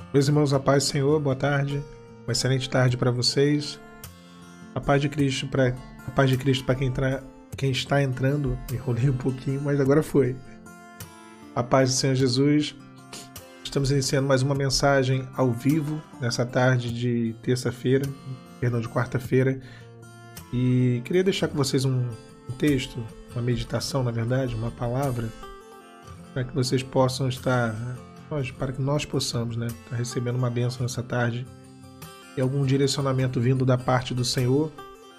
Meus irmãos, a paz do Senhor, boa tarde. Uma excelente tarde para vocês. A paz de Cristo para quem está entrando. Enrolei um pouquinho, mas agora foi. A paz do Senhor Jesus. Estamos iniciando mais uma mensagem ao vivo nessa tarde de de quarta-feira. E queria deixar com vocês um texto, uma meditação, na verdade, uma palavra, para que vocês possam estar, para que nós possamos, estar recebendo uma bênção nessa tarde e algum direcionamento vindo da parte do Senhor.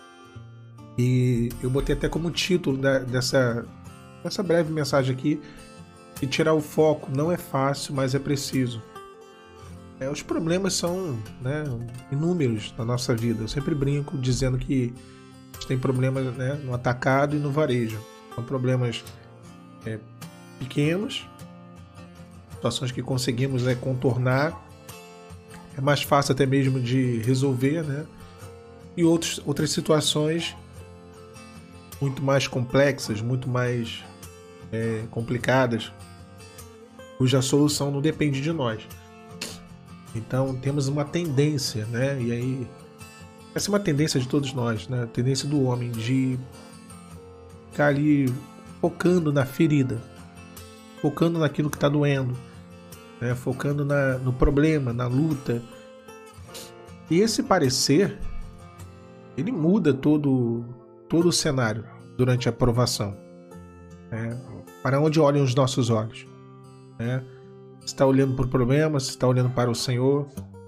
E eu botei até como título dessa breve mensagem aqui: e tirar o foco não é fácil, mas é preciso. Os problemas são, inúmeros na nossa vida. Eu sempre brinco dizendo que tem problemas, no atacado e no varejo. São problemas pequenos, situações que conseguimos contornar. É mais fácil até mesmo de resolver, E outras situações muito mais complexas, muito mais complicadas, cuja solução não depende de nós. Então temos uma tendência, E aí essa é uma tendência de todos nós, A tendência do homem de ficar ali focando na ferida, focando naquilo que está doendo, focando no problema, na luta. E esse parecer, ele muda todo o cenário durante a provação. Para onde olham os nossos olhos? Se está olhando para o problema, se está olhando para o Senhor.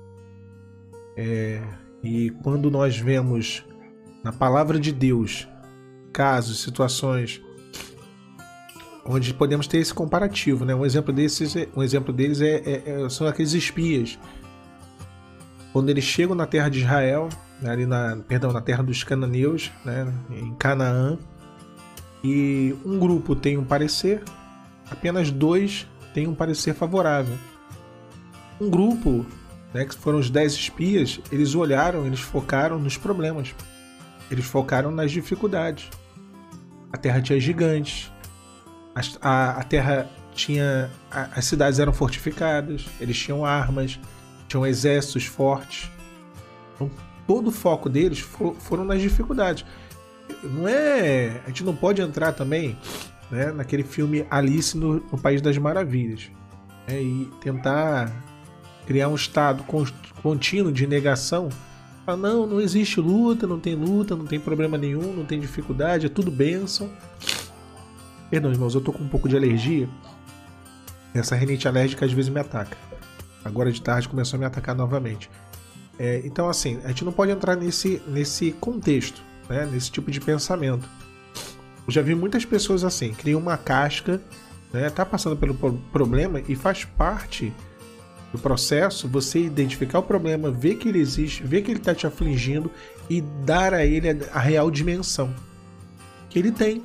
E quando nós vemos na palavra de Deus casos, situações onde podemos ter esse comparativo, Um exemplo deles são aqueles espias. Quando eles chegam na terra de Israel, na terra dos cananeus, em Canaã, e um grupo tem um parecer, apenas dois têm um parecer favorável. Um grupo, que foram os 10 espias, eles olharam, eles focaram nos problemas, eles focaram nas dificuldades. A terra tinha gigantes, a terra tinha, as cidades eram fortificadas, eles tinham armas, tinham exércitos fortes. Então, todo o foco deles foram nas dificuldades. A gente não pode entrar também, naquele filme Alice no País das Maravilhas, e tentar criar um estado contínuo de negação. Não existe luta, não tem problema nenhum, não tem dificuldade, é tudo bênção. Perdão, irmãos, eu tô com um pouco de alergia. Essa rinite alérgica às vezes me ataca. Agora de tarde começou a me atacar novamente. Então, assim, a gente não pode entrar nesse contexto, nesse tipo de pensamento. Eu já vi muitas pessoas assim, criam uma casca, tá passando pelo problema, e faz parte do processo você identificar o problema, ver que ele existe, ver que ele está te afligindo e dar a ele a real dimensão que ele tem,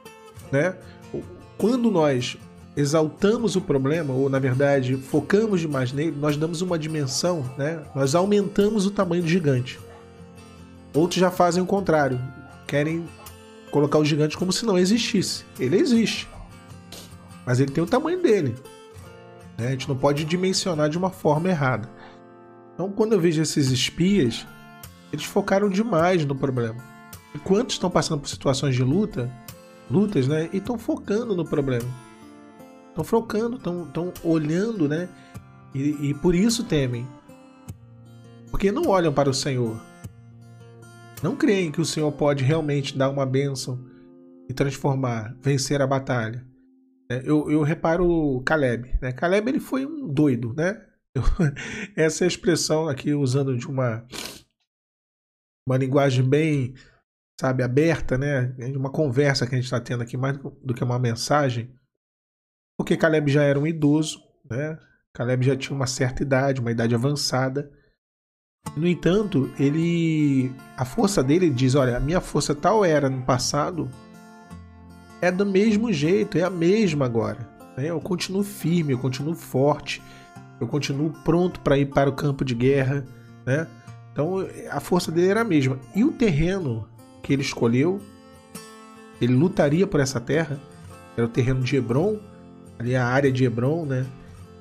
Quando nós exaltamos o problema, ou na verdade focamos demais nele, nós damos uma dimensão, Nós aumentamos o tamanho do gigante. Outros já fazem o contrário, querem colocar o gigante como se não existisse. Ele existe, mas ele tem o tamanho dele. A gente não pode dimensionar de uma forma errada. Então, quando eu vejo esses espias, eles focaram demais no problema. E quantos estão passando por situações de lutas, e estão focando no problema? Estão focando, estão olhando, E por isso temem. Porque não olham para o Senhor. Não creem que o Senhor pode realmente dar uma bênção e transformar, vencer a batalha. Eu reparo o Caleb. Caleb, ele foi um doido, Essa é a expressão aqui, usando de uma linguagem bem, aberta, De uma conversa que a gente está tendo aqui, mais do que uma mensagem. Porque Caleb já era um idoso, Caleb já tinha uma certa idade, uma idade avançada. No entanto, a força dele, ele diz: olha, a minha força tal era no passado, é do mesmo jeito, é a mesma agora. Eu continuo firme, eu continuo forte, eu continuo pronto para ir para o campo de guerra. Então a força dele era a mesma. E o terreno que ele escolheu, ele lutaria por essa terra, era o terreno de Hebron, ali a área de Hebron,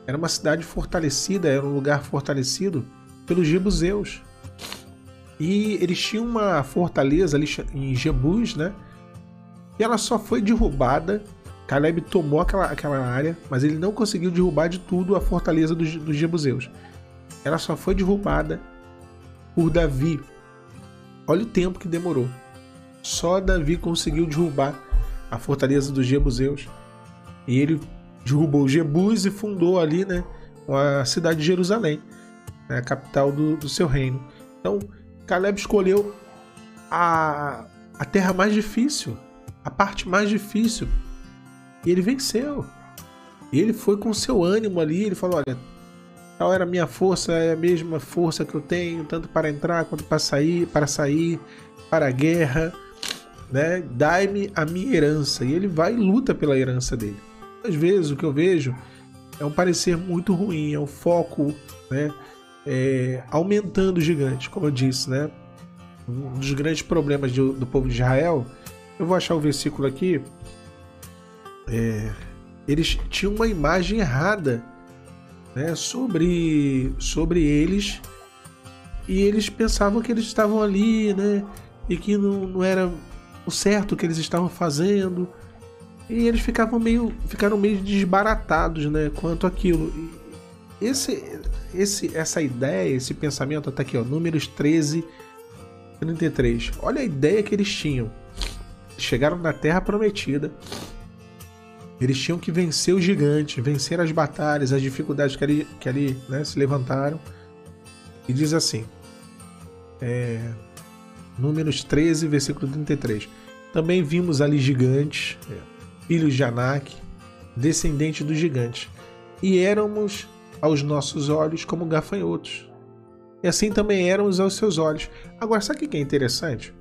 Era uma cidade fortalecida, era um lugar fortalecido pelos jebuseus. E eles tinham uma fortaleza ali em Jebus, né? E ela só foi derrubada. Caleb tomou aquela área, mas ele não conseguiu derrubar de tudo a fortaleza dos jebuseus. Ela só foi derrubada por Davi. Olha o tempo que demorou. Só Davi conseguiu derrubar a fortaleza dos jebuseus. E ele derrubou Jebus e fundou ali, né, a cidade de Jerusalém, né, a capital do seu reino. Então, Caleb escolheu a terra mais difícil, a parte mais difícil. E ele venceu. E ele foi com seu ânimo ali, ele falou, olha, tal era a minha força, é a mesma força que eu tenho, tanto para entrar quanto para sair, para a guerra, né? Dai-me a minha herança. E ele vai e luta pela herança dele. Às vezes o que eu vejo é um parecer muito ruim, é um foco, né, aumentando o gigante, como eu disse, né? Um dos grandes problemas do povo de Israel, eu vou achar o versículo aqui, eles tinham uma imagem errada, né, sobre eles, e eles pensavam que eles estavam ali, né, e que não era o certo que eles estavam fazendo, e eles ficaram meio desbaratados, né, quanto àquilo. E essa ideia, esse pensamento, tá aqui, ó, Números 13, 33. Olha a ideia que eles tinham. Chegaram na Terra Prometida. Eles tinham que vencer os gigantes, vencer as batalhas, as dificuldades que ali, né, se levantaram. E diz assim, Números 13, versículo 33. Também vimos ali gigantes, filhos de Anak, descendentes dos gigantes, e éramos aos nossos olhos como gafanhotos. E assim também éramos aos seus olhos. Agora, sabe o que é interessante?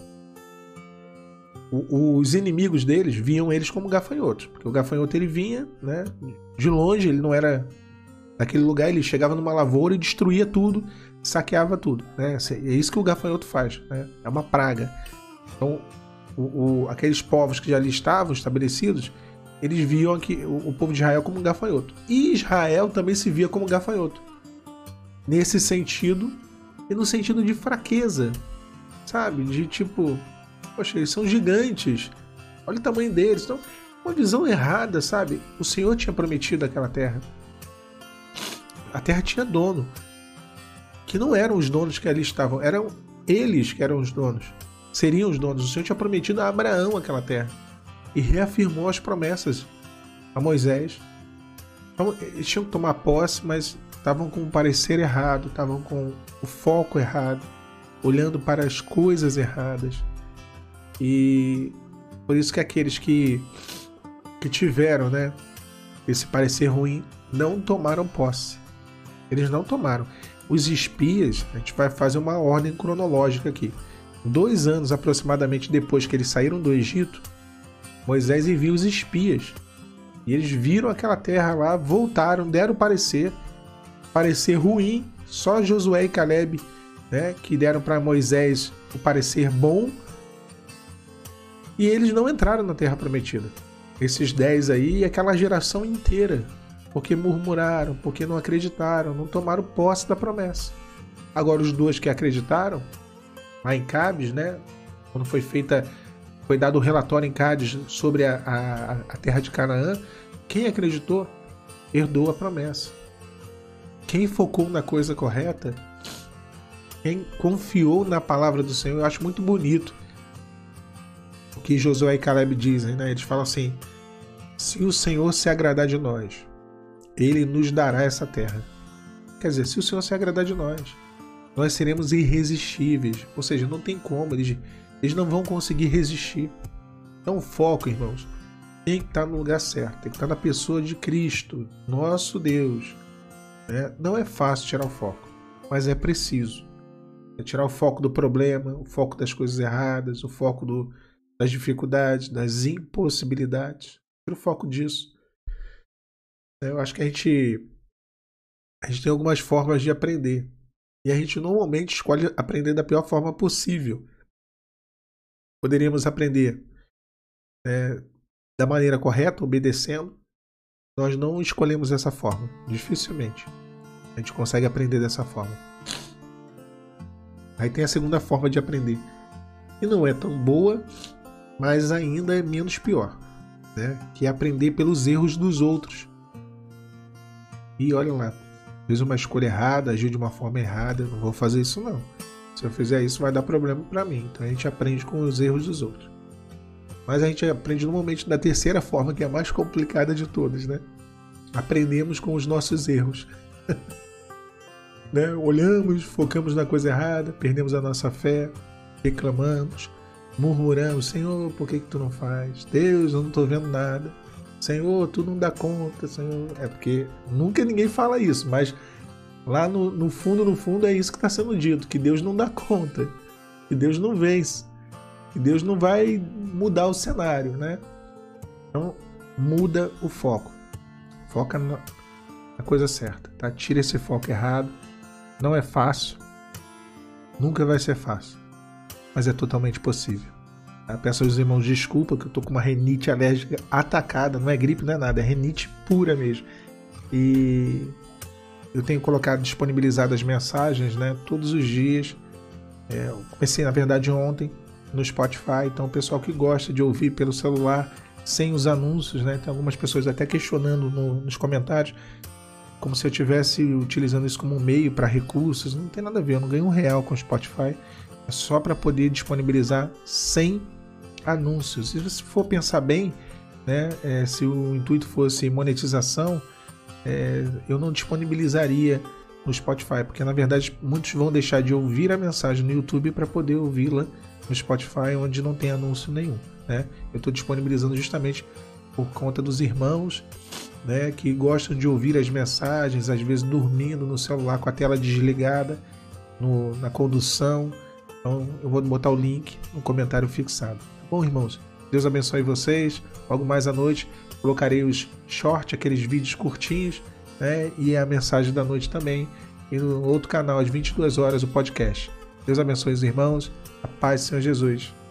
Os inimigos deles viam eles como gafanhotos, porque o gafanhoto ele vinha, né, de longe, ele não era daquele lugar, ele chegava numa lavoura e destruía tudo, saqueava tudo, né? É isso que o gafanhoto faz, né? É uma praga. Então, aqueles povos que já ali estavam estabelecidos, eles viam o povo de Israel como um gafanhoto. E Israel também se via como gafanhoto. Nesse sentido, e no sentido de fraqueza, sabe? De tipo, poxa, eles são gigantes, olha o tamanho deles. Então, uma visão errada, sabe? O Senhor tinha prometido aquela terra. A terra tinha dono, que não eram os donos que ali estavam, eram eles que eram os donos, seriam os donos. O Senhor tinha prometido a Abraão aquela terra e reafirmou as promessas a Moisés. Então, eles tinham que tomar posse, mas estavam com o parecer errado, estavam com o foco errado, olhando para as coisas erradas. E por isso que aqueles que tiveram, né, esse parecer ruim não tomaram posse. Eles não tomaram. Os espias, a gente vai fazer uma ordem cronológica aqui. 2 anos aproximadamente depois que eles saíram do Egito, Moisés enviou os espias. E eles viram aquela terra lá, voltaram, deram parecer ruim. Só Josué e Caleb, né, que deram para Moisés o parecer bom. E eles não entraram na terra prometida. Esses 10 aí e aquela geração inteira. Porque murmuraram, porque não acreditaram, não tomaram posse da promessa. Agora os 2 que acreditaram, lá em Cádiz, né, quando foi dado o relatório em Cádiz sobre a terra de Canaã, quem acreditou herdou a promessa. Quem focou na coisa correta, quem confiou na palavra do Senhor, eu acho muito bonito o que Josué e Caleb dizem, né? Eles falam assim, se o Senhor se agradar de nós, Ele nos dará essa terra. Quer dizer, se o Senhor se agradar de nós seremos irresistíveis. Ou seja, não tem como, eles não vão conseguir resistir. Então o foco, irmãos, tem que estar no lugar certo, tem que estar na pessoa de Cristo, nosso Deus. Né? Não é fácil tirar o foco, mas é preciso. É tirar o foco do problema, o foco das coisas erradas, o foco das dificuldades, das impossibilidades. Tira o foco disso. Eu acho que a gente tem algumas formas de aprender. E a gente normalmente escolhe aprender da pior forma possível. Poderíamos aprender da maneira correta, obedecendo. nós não escolhemos essa forma. Dificilmente a gente consegue aprender dessa forma. Aí tem a segunda forma de aprender, que não é tão boa, mas ainda é menos pior, né? Que é aprender pelos erros dos outros. E olha lá, fiz uma escolha errada, agiu de uma forma errada, eu não vou fazer isso não. Se eu fizer isso vai dar problema para mim. Então a gente aprende com os erros dos outros. Mas a gente aprende normalmente da terceira forma, que é a mais complicada de todas, né? Aprendemos com os nossos erros. Né? Olhamos, focamos na coisa errada, perdemos a nossa fé, reclamamos, murmuramos: Senhor, por que tu não faz? Deus, eu não estou vendo nada. Senhor, tu não dá conta, Senhor. É porque nunca ninguém fala isso, mas lá no fundo é isso que está sendo dito, que Deus não dá conta, que Deus não vence, que Deus não vai mudar o cenário, né? Então, muda o foco. Foca na coisa certa, tá? Tira esse foco errado. Não é fácil, nunca vai ser fácil, mas é totalmente possível. Tá? Peço aos irmãos desculpa que eu tô com uma rinite alérgica atacada, não é gripe, não é nada, é rinite pura mesmo. E eu tenho colocado, disponibilizado as mensagens, né, todos os dias. Eu comecei, na verdade, ontem no Spotify, então o pessoal que gosta de ouvir pelo celular, sem os anúncios, né, tem algumas pessoas até questionando nos comentários, como se eu estivesse utilizando isso como um meio para recursos. Não tem nada a ver, eu não ganho R$1 com o Spotify, é só para poder disponibilizar sem anúncios. E se for pensar bem, né, se o intuito fosse monetização, eu não disponibilizaria no Spotify, porque na verdade muitos vão deixar de ouvir a mensagem no YouTube para poder ouvi-la no Spotify, onde não tem anúncio nenhum, né? Eu estou disponibilizando justamente por conta dos irmãos, né, que gostam de ouvir as mensagens, às vezes dormindo no celular com a tela desligada, na condução. Então eu vou botar o link no comentário fixado. Tá bom, irmãos? Deus abençoe vocês. Logo mais à noite colocarei os shorts, aqueles vídeos curtinhos, né, e a mensagem da noite também. E no outro canal, às 22 horas, o podcast. Deus abençoe os irmãos. A paz do Senhor Jesus.